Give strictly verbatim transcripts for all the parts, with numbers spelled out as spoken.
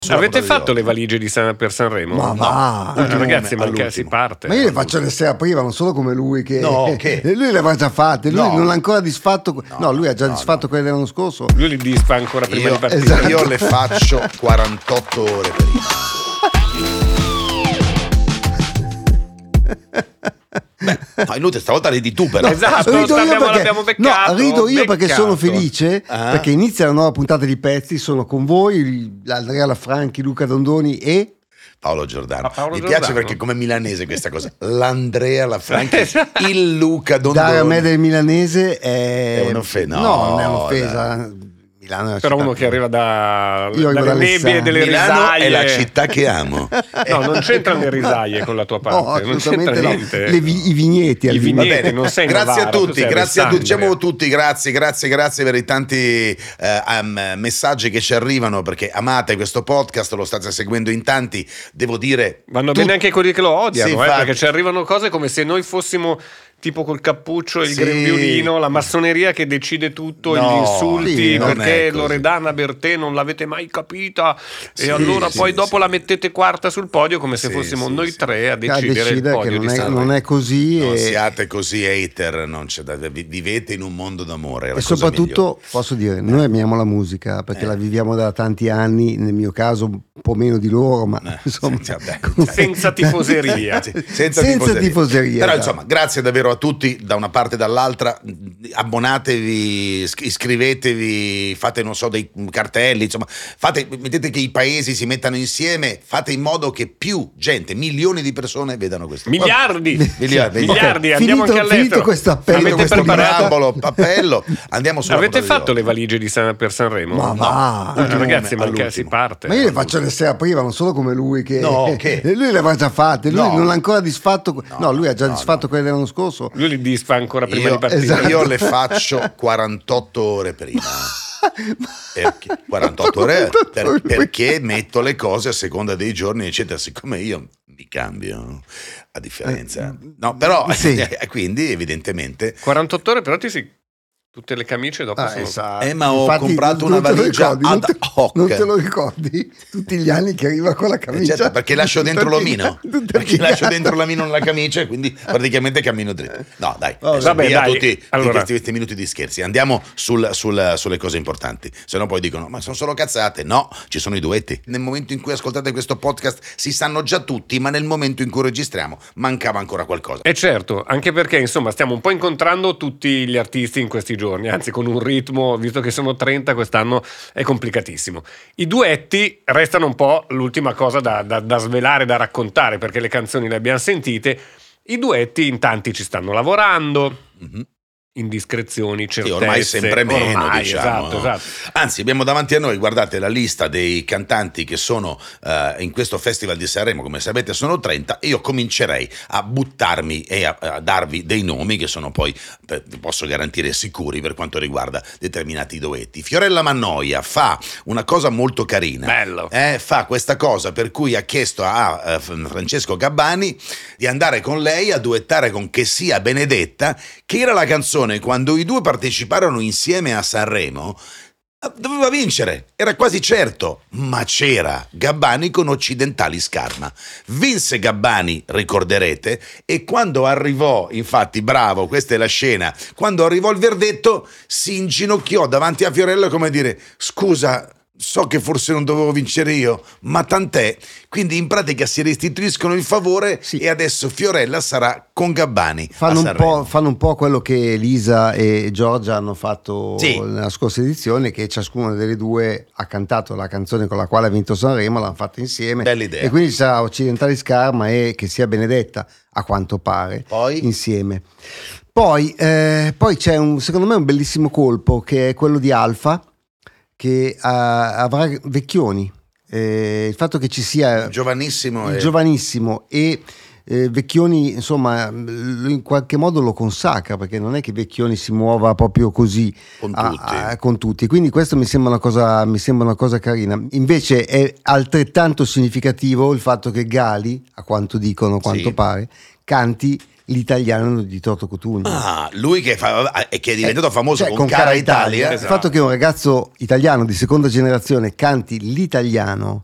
Avete fatto le valigie di San, per Sanremo? Ma va, no. Eh, ragazzi, all'ultimo. manca, si parte. Ma io le faccio le sera prima, non solo come lui che, no, che? lui le aveva già fatte, lui no. non ha ancora disfatto, no, no lui ha già no, disfatto no. quelle dell'anno scorso. Lui li disfa ancora prima io, di partire. esatto. Io le faccio quarantotto ore prima. Beh, no, inutile, stavolta ridi tu però. Esatto, rido io abbiamo, perché, l'abbiamo beccato. no, rido io perché beccato. sono felice Ah. perché inizia la nuova puntata di Pezzi, sono con voi, Andrea Lafranchi, Luca Dondoni e Paolo Giordano. Ah, Paolo Mi Giordano. piace perché come milanese questa cosa. L'Andrea Lafranchi, il Luca Dondoni. dare a me del milanese è, È un'offesa. no, No, non è un'offesa. dai. Milano è una Però città uno che arriva da, Io arrivo dalle dalle nebbie e Sa- delle Milano risaie. è la città che amo. No, non c'entrano le risaie con la tua No, parte. non c'entra assolutamente no. niente. Le vi- I vigneti, I al vigneti. vino. Niente, non sei grazie Novara, a tu tutti, sei grazie a tutti, Alessandria. diciamo tutti, grazie, grazie, grazie per i tanti eh, um, messaggi che ci arrivano perché amate questo podcast, lo state seguendo in tanti, devo dire. Vanno tu- bene anche quelli che lo odiano, Sì, eh, infatti. perché ci arrivano cose come se noi fossimo tipo col cappuccio, il Sì. grembiulino, la massoneria che decide tutto, No, gli insulti, sì, non perché è così. Loredana Bertè non l'avete mai capita Sì, e allora sì, poi dopo sì. la mettete quarta sul podio come se Sì, fossimo sì, noi sì. tre a a decidere il decidere che podio non di è, Sanremo. non è così Non e, siate così hater, non c'è da, vi- vivete in un mondo d'amore. è la e cosa soprattutto posso dire noi amiamo la musica perché Eh. la viviamo da tanti anni, nel mio caso un po' meno di loro, ma Eh, insomma sì, vabbè. Senza tifoseria. Sì, senza, tifoseria. tifoseria Però esatto. insomma, grazie davvero a tutti, da una parte e dall'altra. Abbonatevi, isc- iscrivetevi, fate non so dei cartelli, insomma, fate, mettete che i paesi si mettano insieme, fate in modo che più gente, milioni di persone vedano questo. Miliardi, Miliardi. miliardi, Ok, andiamo finito- anche all'estero. finito questo appello, Avete questo preparato? preambolo, appello, andiamo sulla Avete puntata di fatto oggi. le valigie di San, per Sanremo? Ma va, Eh, ultimo ragazzi, momento, manca, si all'ultimo. parte. ma io le faccio le sera prima, non solo come lui che, No, che? lui le aveva già fatte, lui No. non ha ancora disfatto, no, No, lui ha già no, disfatto no. quelle dell'anno scorso. Lui li disfa ancora prima Io, di partire. esatto. io le faccio quarantotto ore prima. Perché, quarantotto ore per- perché metto le cose a seconda dei giorni, eccetera. Siccome io mi cambio a differenza, no, però Sì. quindi evidentemente. quarantotto ore, però ti si... Tutte le camicie dopo Ah, sono... esatto. Eh, ma ho Infatti, comprato non una te lo valigia ricordi, non ad te- hoc. Non te lo ricordi? Tutti gli anni che arriva con la camicia. Certo, perché lascio dentro Tutta l'omino piega- tutta perché piegata. lascio dentro l'omino nella camicia e quindi praticamente cammino dritto. No dai, Vabbè, adesso via dai, tutti allora. questi, questi minuti di scherzi, andiamo sul, sul, sulle cose importanti, se no poi dicono ma sono solo cazzate. No, ci sono i duetti. Nel momento in cui ascoltate questo podcast si sanno già tutti, ma nel momento in cui registriamo mancava ancora qualcosa. E certo, anche perché insomma stiamo un po' incontrando tutti gli artisti in questi giorni, anzi con un ritmo, visto che sono trenta quest'anno, è complicatissimo. I duetti restano un po' l'ultima cosa da, da, da svelare, da raccontare, perché le canzoni le abbiamo sentite. I duetti in tanti ci stanno lavorando, Mhm. indiscrezioni, certezze. Sì, ormai sempre meno, ormai, diciamo. Esatto, esatto. Anzi, abbiamo davanti a noi, guardate, la lista dei cantanti che sono eh, in questo Festival di Sanremo, come sapete sono trenta, e io comincerei a buttarmi e a, a darvi dei nomi che sono poi, eh, vi posso garantire, sicuri per quanto riguarda determinati duetti. Fiorella Mannoia fa una cosa molto carina. Bello. Eh, fa questa cosa per cui ha chiesto a eh, Francesco Gabbani di andare con lei a duettare con Che sia Benedetta, che era la canzone quando i due parteciparono insieme a Sanremo. Doveva vincere, era quasi certo, ma c'era Gabbani con Occidentali Scarma. Vinse Gabbani, ricorderete, e quando arrivò, infatti, bravo, questa è la scena, quando arrivò il verdetto si inginocchiò davanti a Fiorella come dire scusa, so che forse non dovevo vincere io, ma tant'è. Quindi in pratica si restituiscono il favore Sì. e adesso Fiorella sarà con Gabbani a Fanno un, Sanremo. po', fanno un po' quello che Elisa e Giorgia hanno fatto Sì. nella scorsa edizione, che ciascuna delle due ha cantato la canzone con la quale ha vinto Sanremo, l'hanno fatta insieme. Bella idea. E quindi ci sarà Occidentali Scarma e Che sia Benedetta, a quanto pare, Poi? insieme. Poi, eh, poi c'è un, secondo me un bellissimo colpo che è quello di Alfa, che ha- avrà Vecchioni. Eh, il fatto che ci sia Giovanissimo il e... giovanissimo e eh, Vecchioni, insomma, l- in qualche modo lo consacra, perché non è che Vecchioni si muova proprio così Con a- tutti. a- con tutti. Quindi questo mi sembra una cosa, mi sembra una cosa carina. Invece è altrettanto significativo il fatto che Gali, a quanto dicono, a quanto Sì. pare, canti l'italiano di Toto Cutugno. Ah, lui che, fa, e che è diventato Eh, famoso cioè, con, Cara Italia. Il fatto che un ragazzo italiano di seconda generazione canti l'italiano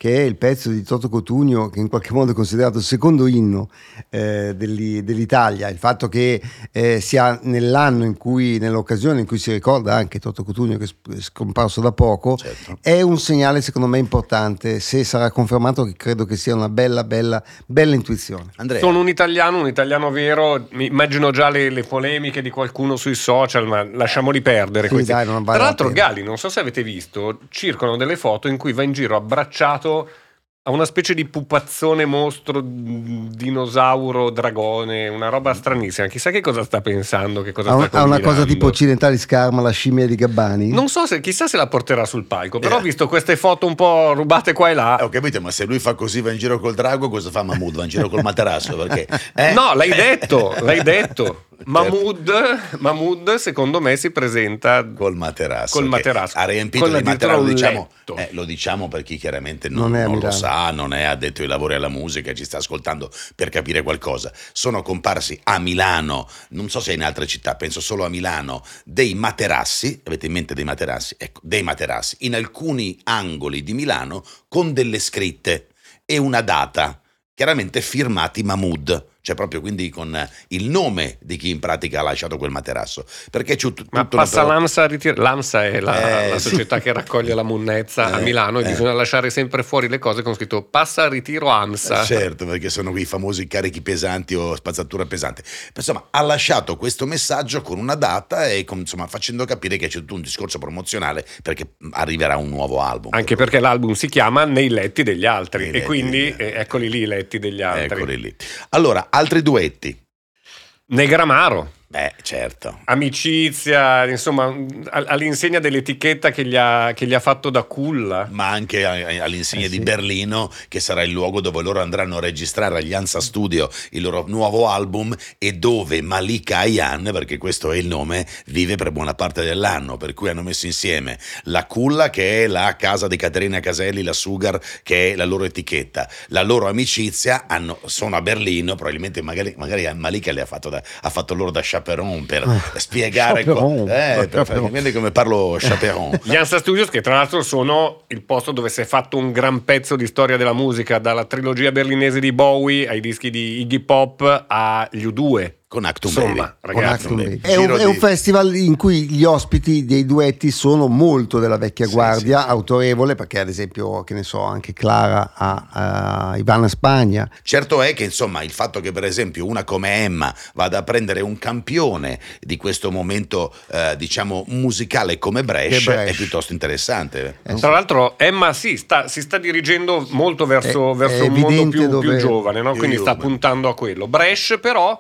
che è il pezzo di Toto Cutugno, che in qualche modo è considerato il secondo inno eh, degli- dell'Italia. Il fatto che eh, sia nell'anno in cui, nell'occasione in cui si ricorda anche Toto Cutugno, che è scomparso da poco, Certo. è un segnale secondo me importante. Se sarà confermato, che credo che sia una bella, bella, bella intuizione. Andrea, Sono un italiano, un italiano vero. Mi immagino già le, le polemiche di qualcuno sui social, ma lasciamoli perdere. Sì, questi. dai, non vale Tra la l'altro, pena. Gali, non so se avete visto, circolano delle foto in cui va in giro abbracciato a una specie di pupazzone mostro, mh, dinosauro, dragone, una roba stranissima. Chissà che cosa sta pensando, che cosa Ha, sta un- ha una cosa combinando. tipo Occidentali Scarma, la scimmia di Gabbani. Non so se, chissà se la porterà sul palco, però ho Eh. visto queste foto un po' rubate qua e là. eh, ho capito, ma se lui fa così, va in giro col drago, cosa fa Mahmood? Va in giro col materasso? Perché? eh? No, l'hai detto, l'hai detto. Certo. Mahmood, Mahmood, secondo me si presenta Col materasso. Col che materasso. Ha riempito Con di addirittura materasso, un diciamo, letto. eh, lo diciamo per chi chiaramente non, Non è a non lo Milano. sa, non è addetto ai lavori alla musica, ci sta ascoltando per capire qualcosa. Sono comparsi a Milano, non so se in altre città, penso solo a Milano, dei materassi, avete in mente dei materassi? Ecco, dei materassi, in alcuni angoli di Milano con delle scritte e una data, chiaramente firmati Mahmood. Cioè proprio quindi con il nome di chi in pratica ha lasciato quel materasso. Perché c'è tut- Ma tutto passa una- l'AMSA a ritir- l'AMSA è la, Eh, la sì. società che raccoglie la munnezza a Eh, Milano e eh. bisogna lasciare sempre fuori le cose con scritto passa a ritiro AMSA. Eh, certo, perché sono quei famosi carichi pesanti o spazzatura pesante. Insomma, ha lasciato questo messaggio con una data e con- insomma, facendo capire che c'è tutto un discorso promozionale perché arriverà un nuovo album. Anche perché l'album si chiama Nei letti degli altri Nei e letti quindi degli altri. eh, eccoli lì i letti degli altri. Eccoli lì. Allora, altri duetti. Negramaro. Beh, certo. Amicizia, insomma, a- all'insegna dell'etichetta che gli ha, che gli ha fatto da culla. Ma anche a- all'insegna Eh, di sì. Berlino, che sarà il luogo dove loro andranno a registrare agli Hansa Studio il loro nuovo album e dove Malika Ayan, perché questo è il nome, vive per buona parte dell'anno, per cui hanno messo insieme la culla, che è la casa di Caterina Caselli, la Sugar, che è la loro etichetta, la loro amicizia, hanno- sono a Berlino, probabilmente magari, magari Malika le ha fatto, da, ha fatto loro da chaperon per Ah, spiegare co- chaperon. eh, per Chaperon. vedi come parlo chaperon. Gli Hansa Studios, che tra l'altro sono il posto dove si è fatto un gran pezzo di storia della musica, dalla trilogia berlinese di Bowie ai dischi di Iggy Pop agli U due. Con Actum Insomma, Baby. Con ragazzi, Actum Baby. Baby. È, un, Giro è un di- festival in cui gli ospiti dei duetti sono molto della vecchia Sì, guardia, sì, sì. autorevole, perché ad esempio, che ne so, anche Clara ha, ha Ivana Spagna. Certo è che insomma il fatto che per esempio una come Emma vada a prendere un campione di questo momento eh, diciamo musicale come Bresh, Che Bresh. è piuttosto interessante. Eh, Tra l'altro Emma sì, sta, si sta dirigendo molto verso, È- verso è un mondo evidente più, dove- più giovane, no? più Quindi sta human. puntando a quello. Bresh però,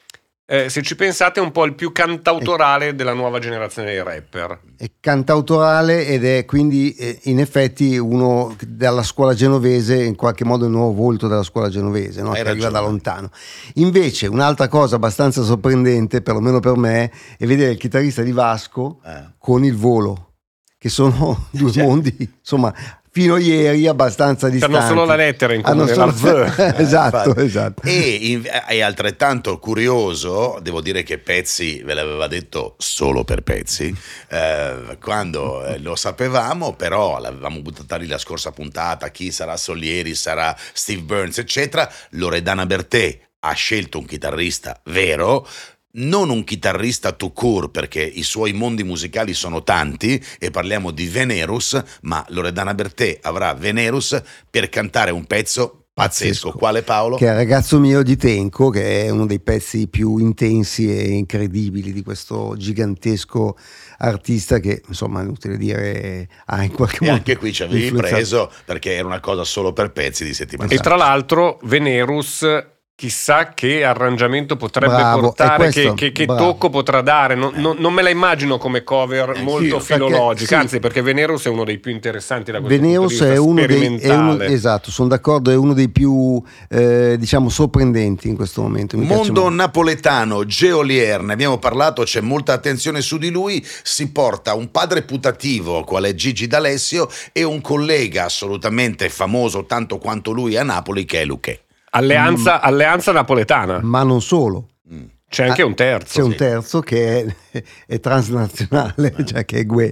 eh, se ci pensate, è un po' il più cantautorale della nuova generazione dei rapper. È cantautorale ed è quindi eh, in effetti uno dalla scuola genovese, in qualche modo il nuovo volto della scuola genovese, no? Hai Che arriva ragione. da lontano. Invece un'altra cosa abbastanza sorprendente, perlomeno per me, è vedere il chitarrista di Vasco Eh. con il Volo, che sono due Cioè. mondi, insomma, fino a ieri abbastanza distanti. Hanno solo la lettera in Hanno comune, solo- la V. esatto, Infatti. esatto. E in- è altrettanto curioso, devo dire che Pezzi ve l'aveva detto solo per Pezzi, eh, quando eh, lo sapevamo, però l'avevamo buttata lì la scorsa puntata, chi sarà Solieri, sarà Steve Burns, eccetera. Loredana Bertè ha scelto un chitarrista vero, non un chitarrista tout court, perché i suoi mondi musicali sono tanti e parliamo di Venerus, ma Loredana Bertè avrà Venerus per cantare un pezzo pazzesco. Pazzesco. Quale, Paolo? Che è il Ragazzo mio di Tenco, che è uno dei pezzi più intensi e incredibili di questo gigantesco artista che, insomma, è inutile dire, ha in qualche E modo anche qui ci avevi influenzato. preso perché era una cosa solo per Pezzi di settimana E scorsa. tra l'altro Venerus, chissà che arrangiamento potrebbe Bravo, portare, è questo, che, che- che bravo. tocco potrà dare. Non, non- non me la immagino come cover Anch'io, molto perché- filologica, sì. anzi, perché Venerus è uno dei più interessanti da questo Veneus punto di è vista uno dei è uno, sperimentale. esatto, sono d'accordo, è uno dei più eh, diciamo sorprendenti in questo momento. Mi piace Mondo molto. napoletano, Geolier, ne abbiamo parlato, c'è molta attenzione su di lui, si porta un padre putativo qual è Gigi D'Alessio e un collega assolutamente famoso tanto quanto lui a Napoli che è Luché. Alleanza, alleanza napoletana. Ma non solo. Mm. C'è anche Ah, un terzo. C'è un sì. terzo che è, è transnazionale, cioè che è Gue.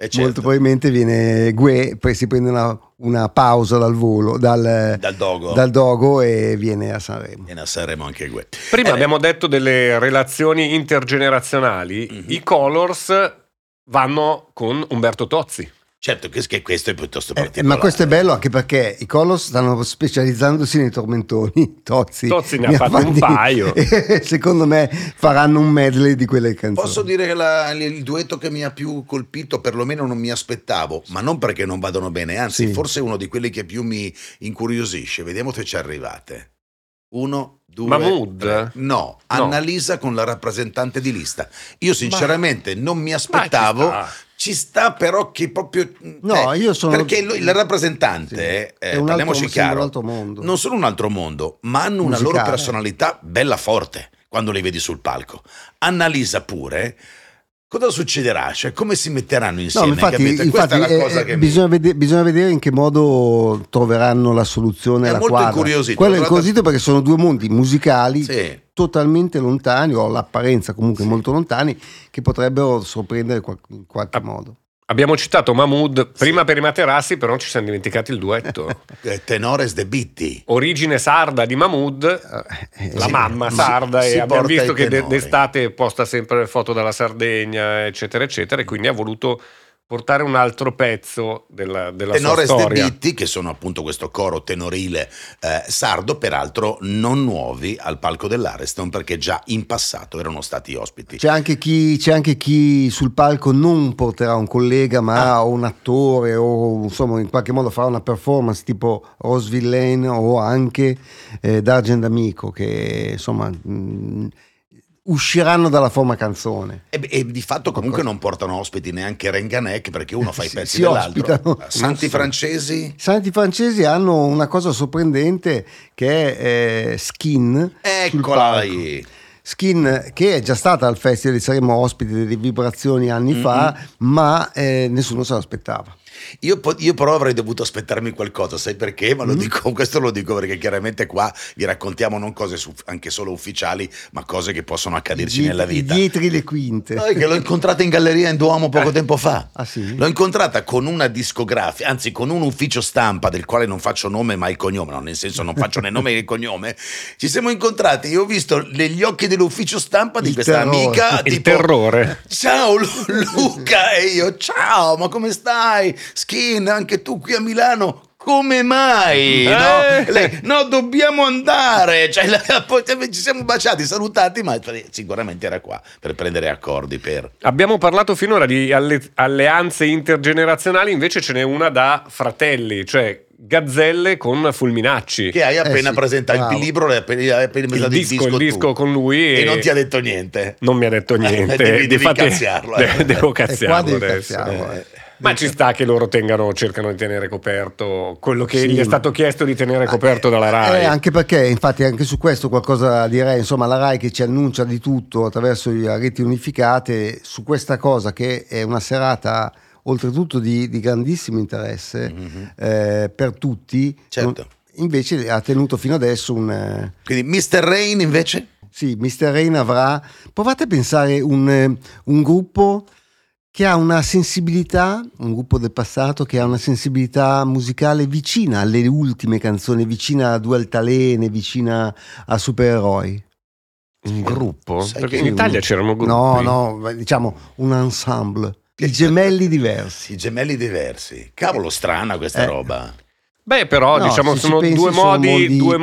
certo. molto probabilmente viene Gue, poi si prende una, una pausa dal volo, dal, Dal Dogo. dal Dogo e viene a Sanremo. Viene a Sanremo anche Gue. Prima Eh, abbiamo detto delle relazioni intergenerazionali, Mhm. i Colors vanno con Umberto Tozzi. Certo che, che questo è piuttosto Eh, particolare. ma questo è bello anche perché i Colors stanno specializzandosi nei tormentoni. Tozzi, Tozzi ne ha fatto un paio. E secondo me faranno un medley di quelle canzoni. Posso dire che la- il duetto che mi ha più colpito, perlomeno non mi aspettavo, ma non perché non vadano bene, anzi Sì. forse è uno di quelli che più mi incuriosisce. Vediamo se ci arrivate. Uno, due, Mahmood? tre. No, No. Annalisa con la rappresentante di lista. Io sinceramente non mi aspettavo. Ma ci sta. Ci sta però che proprio No, eh, io sono- perché lui- il rappresentante Sì. eh, È un parliamoci altro- sembra chiaro, un altro mondo. non sono un altro mondo, ma hanno una Musicale. loro personalità bella forte quando li vedi sul palco. Annalisa pure, cosa succederà? Cioè come si metteranno No, insieme? infatti, capite? infatti Questa è la eh, cosa eh, che mi- bisogna, vede- bisogna vedere in che modo troveranno la soluzione, È la molto quadra. incuriosito. Quello è Tra l'altro- incuriosito perché sono due mondi musicali Sì. totalmente lontani, o l'apparenza comunque molto lontani, che potrebbero sorprendere qual- in qualche Ah. modo. Abbiamo citato Mahmood prima per i materassi, però ci siamo dimenticati il duetto. Eh, Tenores de Bitti. Origine sarda di Mahmood, Eh, la sì. mamma si- sarda, si e abbiamo porta visto i che de- tenori. d'estate posta sempre le foto dalla Sardegna, eccetera, eccetera, e quindi ha voluto portare un altro pezzo della, della sua Tenores de storia. Bitti, che sono appunto questo coro tenorile eh, sardo, peraltro non nuovi al palco dell'Ariston, perché già in passato erano stati ospiti. C'è anche, chi, c'è anche chi sul palco non porterà un collega, ma Ah. un attore, o insomma in qualche modo farà una performance tipo Rose Villain o anche eh, D'Argent Amico, che insomma mh, usciranno dalla forma canzone. E, e di fatto comunque non portano ospiti neanche Renganek, perché uno fa i Si- pezzi si dell'altro. ospitano. Santi Non so. francesi? I Santi francesi hanno una cosa sorprendente che è eh, Skin. sul Eccola palco. lì. Skin, che è già stata al Festival di Sanremo ospite delle Vibrazioni anni fa, ma eh, nessuno se l'aspettava. Io, po- io però avrei dovuto aspettarmi qualcosa, sai perché? Ma lo Mm. dico, questo lo dico perché chiaramente qua vi raccontiamo non cose su- anche solo ufficiali, ma cose che possono accaderci I nella dietri- vita. I dietri le quinte. Noi che l'ho incontrata in galleria in Duomo poco tempo fa. Ah, sì? L'ho incontrata con una discografia, anzi con un ufficio stampa del quale non faccio nome ma il cognome, no, nel senso non faccio né nome né il cognome. Ci siamo incontrati e ho visto negli occhi dell'ufficio stampa di Il questa terrore. amica Il tipo, terrore. ciao Lu- Luca, e io ciao, ma come stai? Skin, anche tu qui a Milano? Come mai? No, Eh. Lei, no, dobbiamo andare. Cioè, la- poi ci siamo baciati, salutati, ma sicuramente era qua per prendere accordi. Per... Abbiamo parlato finora di alle- alleanze intergenerazionali, invece ce n'è una da fratelli, cioè Gazzelle con Fulminacci. Che hai appena Eh sì, presentato bravo. il libro, hai appena, hai appena il presentato disco, il tu. disco con lui E e non ti ha detto niente. non mi ha detto niente. Devi- devi Difatti, cazziarlo, eh. de- devo E qua cazziarlo devi adesso. cazziarlo, eh. Ma ci sta che loro tengano, cercano di tenere coperto quello che Sì, gli è ma- stato chiesto di tenere coperto dalla Rai. Eh, anche perché, infatti, anche su questo qualcosa direi. Insomma, la Rai che ci annuncia di tutto attraverso le reti unificate, su questa cosa che è una serata oltretutto di, di grandissimo interesse Mhm. eh, per tutti. Certo. non- invece ha tenuto fino adesso un. eh, Quindi mister Rain invece? Sì, mister Rain avrà. Provate a pensare un, eh, un gruppo che ha una sensibilità, un gruppo del passato che ha una sensibilità musicale vicina alle ultime canzoni, vicina a Due Altalene, vicina a supereroi. Un gruppo? Sai Perché che- in Italia c'erano gruppi. No, no, diciamo un ensemble. I gemelli diversi. I gemelli diversi. Cavolo, strana questa Eh. roba. Beh, però No, diciamo se ci sono pensi, due sono modi, mondi- due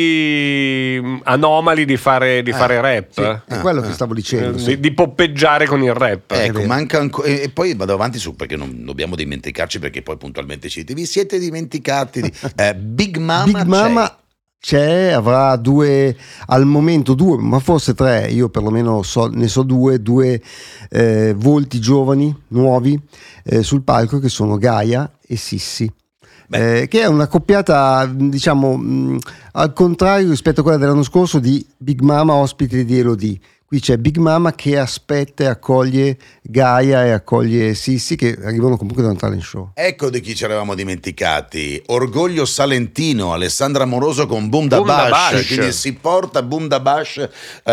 modi mm, anomali di fare, di Eh, fare rap. sì, è Ah, quello ah. che stavo dicendo. Eh, sì. di, di poppeggiare con il rap. Ecco, vero. manca ancora. E e poi vado avanti su perché non dobbiamo dimenticarci, perché poi puntualmente ci dite, vi siete dimenticati di eh, Big Mama. Big Mama c'è, avrà due, al momento due, ma forse tre, io perlomeno so, ne so due, due eh, volti giovani, nuovi, eh, sul palco, che sono Gaia e Sissi. Eh, che è una coppiata, diciamo, mh, al contrario rispetto a quella dell'anno scorso di Big Mama ospite di Elodie. Qui c'è Big Mama che aspetta e accoglie Gaia e accoglie Sissi, che arrivano comunque da un talent show. Ecco di chi ci eravamo dimenticati. Orgoglio salentino, Alessandra Amoroso con Boom da Boom da Bash. Bash. Quindi si porta Boom da Bash eh,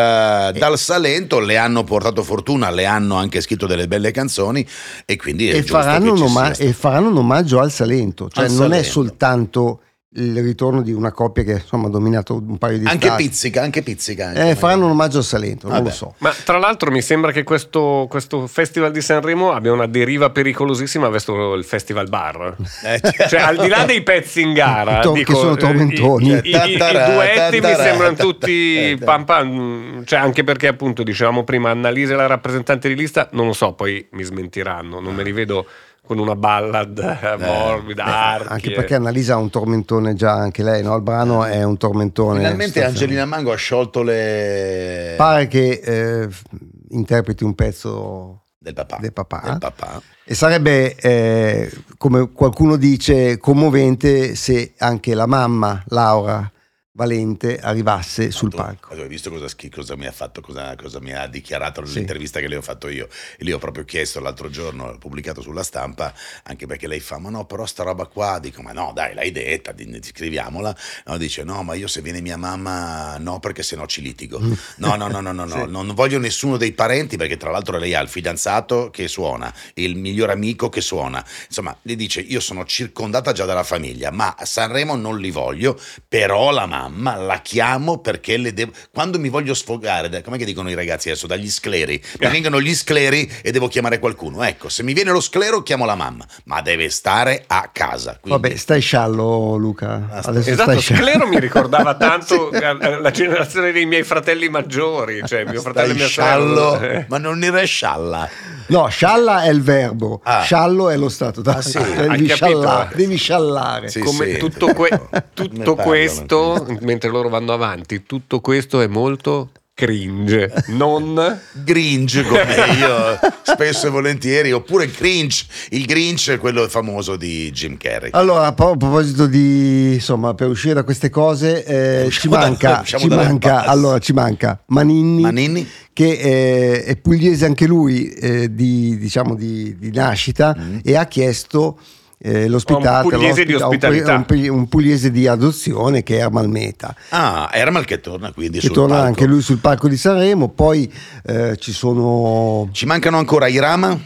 dal Salento, le hanno portato fortuna, le hanno anche scritto delle belle canzoni e quindi è E giusto faranno, che un ci oma- sia e faranno un omaggio al Salento, cioè Al non è Salento. soltanto il ritorno di una coppia che insomma ha dominato un paio di anche stati. pizzica, anche pizzica. Anche Eh, faranno un omaggio al Salento, non Vabbè. lo so. Ma tra l'altro mi sembra che questo, questo Festival di Sanremo abbia una deriva pericolosissima verso il Festival Bar. Eh, Cioè, al di là dei pezzi in gara, To- dico, che sono eh, tormentoni. i, i- i- i Tatarà, duetti mi tatarà, sembrano tatarà. tutti pam pam, cioè anche perché appunto dicevamo prima Annalisa è la rappresentante di lista, non lo so, poi mi smentiranno, non me li vedo con una ballad eh, morbida, archi, Anche eh. perché Annalisa ha un tormentone già anche lei, no? Il brano è un tormentone. Finalmente Sto- Angelina Mango ha sciolto le... Pare che eh, interpreti un pezzo del papà. del papà. Del papà. E sarebbe, eh, come qualcuno dice, commovente se anche la mamma, Laura Valente, arrivasse sul Tu- palco. Allora, hai visto cosa, schi- cosa mi ha fatto, cosa, cosa mi ha dichiarato Sì. nell'intervista che le ho fatto io. E lì ho proprio chiesto l'altro giorno, ho pubblicato sulla Stampa, anche perché lei fa, ma no, però sta roba qua, dico, ma no, dai, l'hai detta, di- scriviamola. No, dice, no, ma io se viene mia mamma, no, perché sennò ci litigo. No, no, no, no, no, no, Sì. non voglio nessuno dei parenti, perché tra l'altro lei ha il fidanzato che suona, il miglior amico che suona. Insomma, le dice, io sono circondata già dalla famiglia, ma a Sanremo non li voglio, però la mamma la chiamo perché le devo, quando mi voglio sfogare, da- com'è che dicono i ragazzi adesso, dagli scleri, mi vengono gli scleri e devo chiamare qualcuno. Ecco, se mi viene lo sclero chiamo la mamma, ma deve stare a casa. Quindi- Vabbè, stai sciallo, Luca. Ah, sta- Adesso Esatto, stai sciallo. Sclero mi ricordava tanto eh, la generazione dei miei fratelli maggiori, cioè mio fratello e Stai mia sciallo, sorella. Eh. ma non era scialla. No, scialla è il verbo, Ah. sciallo è lo stato d'animo. Ah, sì? devi, Hai capito? sciallare, devi sciallare. Sì, Come sì. tutto, que- Ne tutto parlano. questo, mentre loro vanno avanti, tutto questo è molto cringe, non Grinch, come io spesso e volentieri, oppure Grinch. Il Grinch è quello famoso di Jim Carrey. Allora, a pro- a proposito di, insomma, per uscire da queste cose, eh, ci Usciamo da- manca, usciamo ci dalle manca, basse. allora, ci manca Maninni, Maninni? che eh, è pugliese anche lui, eh, di, diciamo, di, di nascita, Mm. e ha chiesto eh, l'ospitata, Un pugliese di l'ospita- un pu- ospitalità. un, pu- un pugliese di adozione che è Ermal Meta, Ah, Ermal che torna quindi che sul torna palco. anche lui sul palco di Sanremo. Poi eh, ci sono Ci mancano ancora Irama,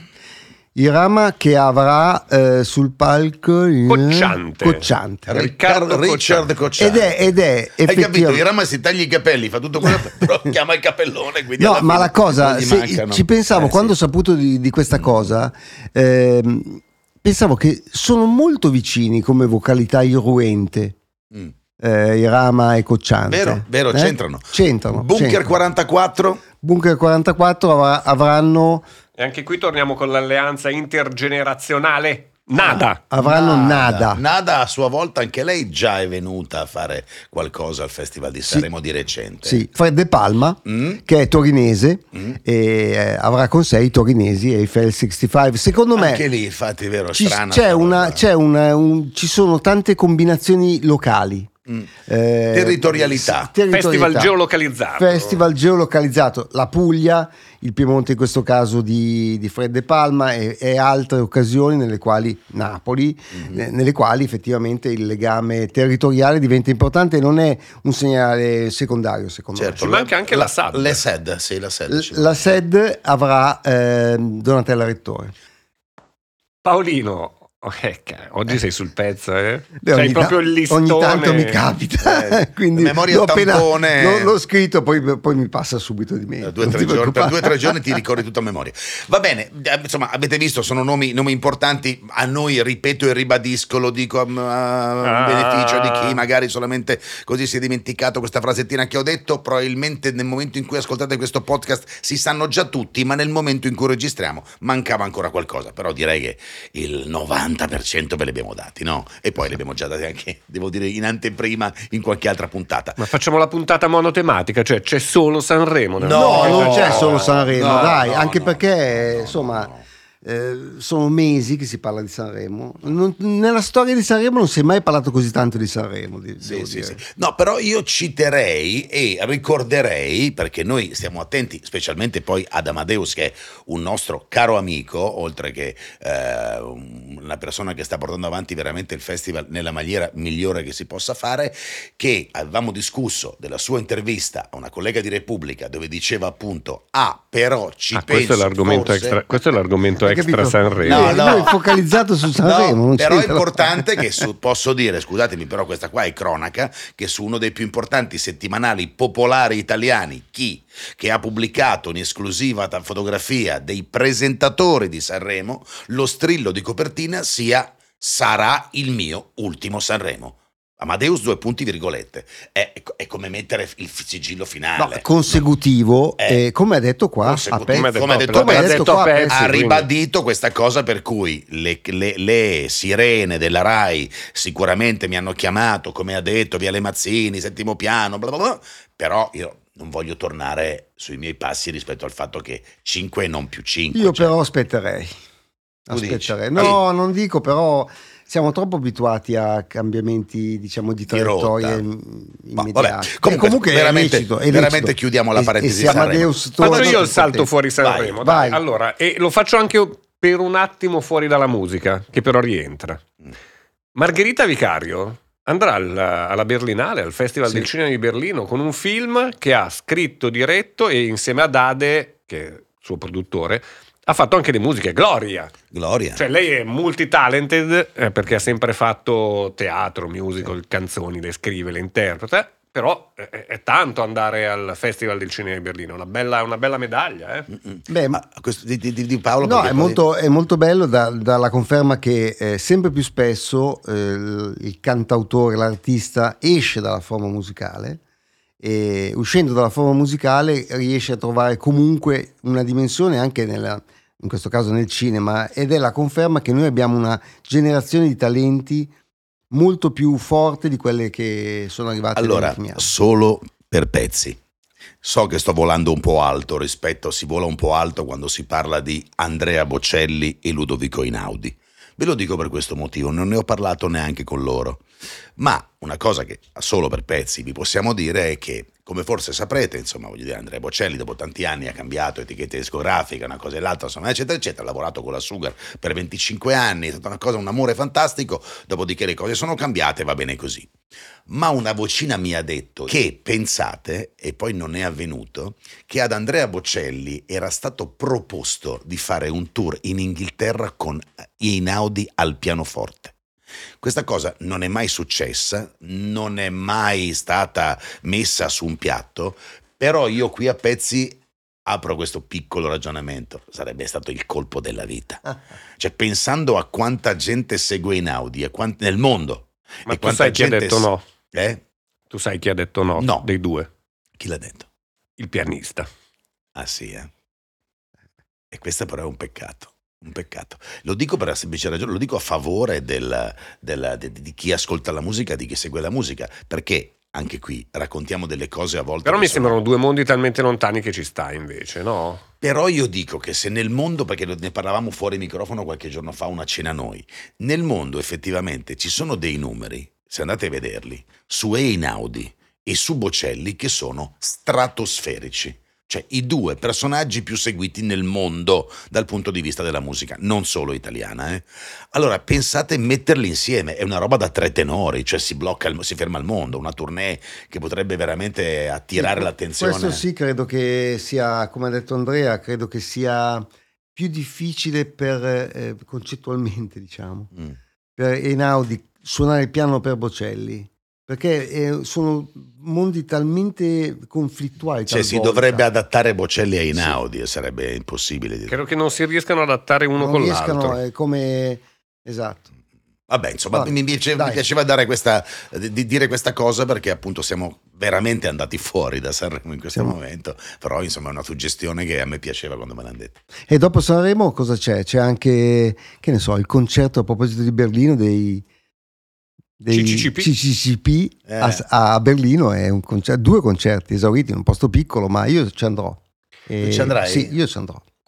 Irama che avrà eh, sul palco il- Cocciante. Cocciante. Riccardo Richard Ed Cocciante. è, ed è Hai capito? effettivamente. Irama si taglia i capelli, fa tutto quello, però chiama il capellone. Quindi No, alla ma fine la cosa, non gli se- mancano. ci pensavo Eh, quando ho sì. saputo di, di questa cosa, ehm, pensavo che sono molto vicini come vocalità irruente, Mm. eh, Irama e Cocciante. Vero, vero, Eh? c'entrano. C'entrano. Bunker c'entrano. quarantaquattro. Bunker quarantaquattro avrà- avranno, E anche qui torniamo con l'alleanza intergenerazionale. Nada. avranno nada. Nada a sua volta, anche lei già è venuta a fare qualcosa al Festival di Sanremo di recente. Sì, Fred De Palma, Mm. che è torinese, Mm. e eh, avrà con sé i torinesi e i Fel sessantacinque. Secondo me Anche lì, infatti, è vero, ci, strana c'è sta una, roba. c'è una- un- ci sono tante combinazioni locali. Mm. Eh, Territorialità. sì, territorialità. Festival geolocalizzato. Festival geolocalizzato, la Puglia, il Piemonte in questo caso di, di Fred De Palma, e, e altre occasioni nelle quali Napoli, Mm-hmm. ne- nelle quali effettivamente il legame territoriale diventa importante e non è un segnale secondario, secondo Certo, Ci manca anche la S A D. Le S E D, sì, la S E D. me. ci L- La S E D avrà ehm, Donatella Rettore. Paolino, ok, oggi sei sul pezzo, eh? Beh, Sei ogni proprio ta- il listone. Ogni tanto mi capita, Eh, quindi memoria l'ho appena- tampone. l'ho, l'ho scritto, poi, poi mi passa subito di mente. Per due o non tre ti giorni, per preoccupare. due o tre giorni ti ricordi tutto a memoria. Va bene, eh, insomma, avete visto, sono nomi, nomi importanti. A noi, ripeto e ribadisco, lo dico a, a Ah. beneficio di chi magari solamente così si è dimenticato questa frasettina che ho detto. Probabilmente nel momento in cui ascoltate questo podcast si sanno già tutti, ma nel momento in cui registriamo mancava ancora qualcosa. Però direi che il novanta per cento ve li abbiamo dati, no? E poi li abbiamo già dati anche, devo dire, in anteprima in qualche altra puntata. Ma facciamo la puntata monotematica, cioè c'è solo Sanremo. nella No, No, nostra non città. c'è solo Sanremo, no, dai, no, anche no, perché no, insomma no. eh, sono mesi che si parla di Sanremo. Non, nella storia di Sanremo non si è mai parlato così tanto di Sanremo. Di, sì, sì, sì. No, però io citerei e ricorderei, perché noi stiamo attenti, specialmente poi ad Amadeus, che è un nostro caro amico, oltre che eh, una persona che sta portando avanti veramente il festival nella maniera migliore che si possa fare, che avevamo discusso della sua intervista a una collega di Repubblica dove diceva appunto ah però ci ah, penso questo è l'argomento forse... extra, questo è l'argomento extra Sanremo. No, no, è focalizzato su Sanremo. No, però è importante che su, posso dire, scusatemi, però questa qua è cronaca, che su uno dei più importanti settimanali popolari italiani, chi che ha pubblicato in esclusiva fotografia dei presentatori di Sanremo, lo strillo di copertina sia sarà il mio ultimo Sanremo. Amadeus due punti virgolette è, è come mettere il sigillo finale, no, consecutivo, no? eh, come ha detto qua Consecuti- a Pezzi, come ha detto, come ha detto, come ha Pezzi, detto qua, Pezzi, ha quindi. ribadito questa cosa per cui le, le, le sirene della Rai sicuramente mi hanno chiamato, come ha detto Viale Mazzini, settimo piano, bla bla bla, però io non voglio tornare sui miei passi rispetto al fatto che cinque e non più cinque. Io cioè. però aspetterei Tu aspetterei dici? no, Sì. non dico, però siamo troppo abituati a cambiamenti, diciamo, di traiettorie Ma, immediate. vabbè, comunque, e comunque veramente, è lecito, è veramente lecito. chiudiamo la parentesi e, e se di Sanremo. Amadeus torna, Faccio io il salto potete- fuori Sanremo. Vai, dai. vai. Allora, e lo faccio anche per un attimo fuori dalla musica, che però rientra. Mm. Margherita Vicario andrà alla, alla Berlinale, al Festival Sì. del Cinema di Berlino, con un film che ha scritto, diretto e insieme ad Ade, che è il suo produttore, ha fatto anche le musiche. Gloria. Gloria. Cioè lei è multitalented eh, perché ha sempre fatto teatro, musical, canzoni, le scrive, le interpreta, però è, è tanto andare al Festival del Cinema di Berlino, una bella, una bella medaglia. Eh. Mm-mm. Beh, Ma questo di, di, di Paolo No, perché è poi- molto, è molto bello da- dalla conferma che eh, sempre più spesso eh, il, il cantautore, l'artista esce dalla forma musicale e uscendo dalla forma musicale riesce a trovare comunque una dimensione anche nella, in questo caso nel cinema, ed è la conferma che noi abbiamo una generazione di talenti molto più forte di quelle che sono arrivate negli Allora, ultimi anni. solo per pezzi. So che sto volando un po' alto rispetto, si vola un po' alto quando si parla di Andrea Bocelli e Ludovico Einaudi. Ve lo dico per questo motivo, non ne ho parlato neanche con loro. Ma una cosa che solo per pezzi vi possiamo dire è che, come forse saprete, insomma, voglio dire, Andrea Bocelli dopo tanti anni ha cambiato etichetta discografica, una cosa e l'altra, insomma, eccetera, eccetera, ha lavorato con la Sugar per venticinque anni, è stata una cosa, un amore fantastico, dopodiché le cose sono cambiate, va bene così. Ma una vocina mi ha detto che, pensate, e poi non è avvenuto, che ad Andrea Bocelli era stato proposto di fare un tour in Inghilterra con Einaudi al pianoforte. Questa cosa non è mai successa, non è mai stata messa su un piatto, però io qui a Pezzi apro questo piccolo ragionamento, sarebbe stato il colpo della vita. Cioè, pensando a quanta gente segue Einaudi e quant- nel mondo. Ma e tu quanta sai chi ha gente detto s- no? Eh? Tu sai chi ha detto no, No. dei due? Chi l'ha detto? Il pianista. Ah sì, eh? E questo però è un peccato. Un peccato. Lo dico per la semplice ragione, lo dico a favore del, del- di, di chi ascolta la musica, di chi segue la musica, perché anche qui raccontiamo delle cose a volte. Però che mi sono- sembrano due mondi talmente lontani che ci sta invece, no? Però io dico che se nel mondo, perché ne parlavamo fuori microfono qualche giorno fa, una cena noi, nel mondo effettivamente ci sono dei numeri, se andate a vederli, su Einaudi e su Bocelli che sono stratosferici. Cioè i due personaggi più seguiti nel mondo dal punto di vista della musica, non solo italiana. Eh? Allora pensate metterli insieme, è una roba da tre tenori, cioè si blocca, il, si ferma il mondo, una tournée che potrebbe veramente attirare Sì, l'attenzione. Questo sì, credo che sia, come ha detto Andrea, credo che sia più difficile per eh, concettualmente, diciamo, Mm. per Einaudi suonare il piano per Bocelli, perché eh, sono mondi talmente conflittuali. Cioè si talvolta. dovrebbe adattare Bocelli a Einaudi e sarebbe impossibile. Di... Credo che non si riescano ad adattare uno non con riescano, l'altro. eh, come esatto. Vabbè, insomma, Vabbè, mi, piaceva, mi dai. piaceva dare questa, di dire questa cosa perché appunto siamo veramente andati fuori da Sanremo in questo Siamo- momento, però insomma è una suggestione che a me piaceva quando me l'hanno detto. E dopo Sanremo cosa c'è? C'è anche, che ne so, il concerto a proposito di Berlino dei, dei C C C P. C C C P Eh. a, a Berlino, è un concerto, due concerti esauriti in un posto piccolo, ma io ci andrò. E- Tu ci andrai? Sì, io ci andrò.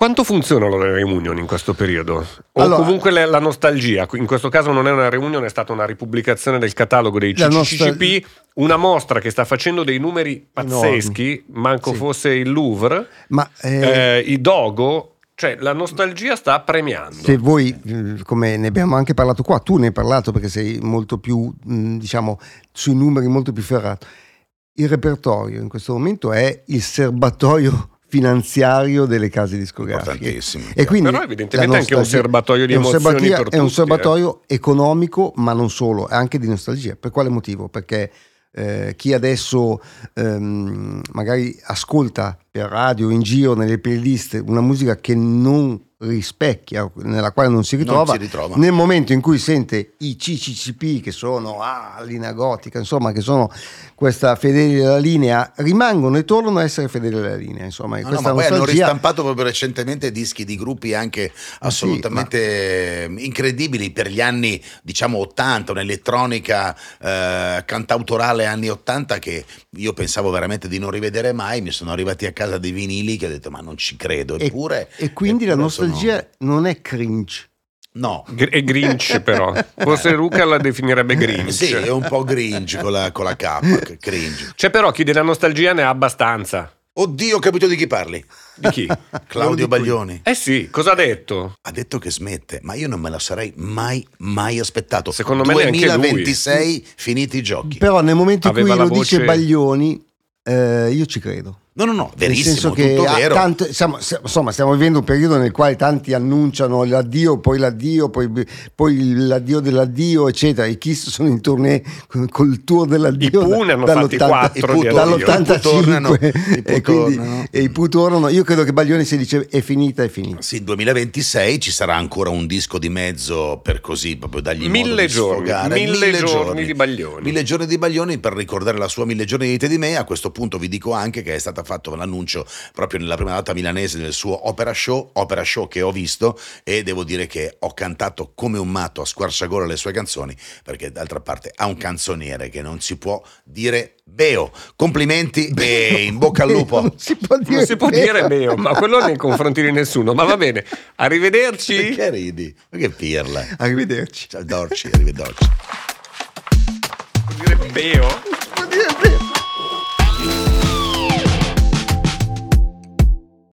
Quanto funzionano le reunion in questo periodo? O Allora, comunque la, la nostalgia? In questo caso non è una reunion, è stata una ripubblicazione del catalogo dei La C C C P, nostal- una mostra che sta facendo dei numeri pazzeschi, manco Sì. fosse il Louvre, Ma eh, eh, i Dogo, cioè la nostalgia sta premiando. se voi, eh, come ne abbiamo anche parlato qua, tu ne hai parlato perché sei molto più, mh, diciamo, sui numeri molto più ferrato. Il repertorio in questo momento è il serbatoio finanziario delle case discografiche. Importantissimo. E quindi Però evidentemente la è anche un nostalgia- serbatoio di è un emozioni serbatia- per È un tutti, serbatoio economico, ma non solo, è anche di nostalgia. Per quale motivo? Perché eh, chi adesso ehm, magari ascolta per radio, in giro, nelle playlist, una musica che non rispecchia, nella quale non si ritrova, Non si ritrova. nel momento in cui sente i C C C P, che sono ah, linea gotica, insomma, che sono questa fedeli alla linea, rimangono e tornano a essere fedeli alla linea, insomma. E No, no, questa ma poi hanno nostalgia- ristampato proprio recentemente dischi di gruppi anche assolutamente incredibili per gli anni, diciamo, ottanta, un'elettronica eh, cantautorale anni ottanta che io pensavo veramente di non rivedere mai. Mi sono arrivati a casa dei vinili che ho detto ma non ci credo, e, eppure e quindi la eppure nostalgia non è cringe. sono- no. Gr- È Grinch però, forse Luca la definirebbe Grinch. Sì, è un po' cringe con la, con la K, cringe. C'è però chi della nostalgia ne ha abbastanza. Oddio, ho capito di chi parli. Di chi? Claudio Baglioni. Eh sì, cosa ha detto? Ha detto che smette, ma io non me la sarei mai, mai aspettato. Secondo me neanche lui. duemilaventisei, finiti i giochi. Però nel momento in Aveva cui la lo dice voce- Baglioni, eh, io ci credo. No, no, no, Nel verissimo, senso che tutto ha vero. tante- siamo, se- insomma, stiamo vivendo un periodo nel quale tanti annunciano l'addio, poi l'addio, poi, poi l'addio dell'addio, eccetera. I Kiss sono in tournée con- col tour dell'addio. I Pooh ne hanno fatti dall'ottanta- quattro di addio. dall'ottantacinque I Pooh e, quindi, tornano. e i Pooh tornano. Io credo che Baglioni si dice è finita, è finita. Sì, duemilaventisei ci sarà ancora un disco di mezzo per così proprio dargli modo Mille di giorni, sfogare. mille giorni di Baglioni. Mille giorni di Baglioni per ricordare la sua Mille giorni di te di me. A questo punto vi dico anche che è stata fatto l'annuncio proprio nella prima data milanese del suo Opera Show, Opera Show che ho visto e devo dire che ho cantato come un matto a squarciagola le sue canzoni, perché d'altra parte ha un canzoniere che non si può dire beo. Complimenti e in bocca al lupo. Non si può dire, Non si può dire beo, ma quello nei confronti di nessuno. Ma va bene, arrivederci. Perché ridi? Ma che pirla. Arrivederci. Ciao Dorci, arrivederci. Può dire beo?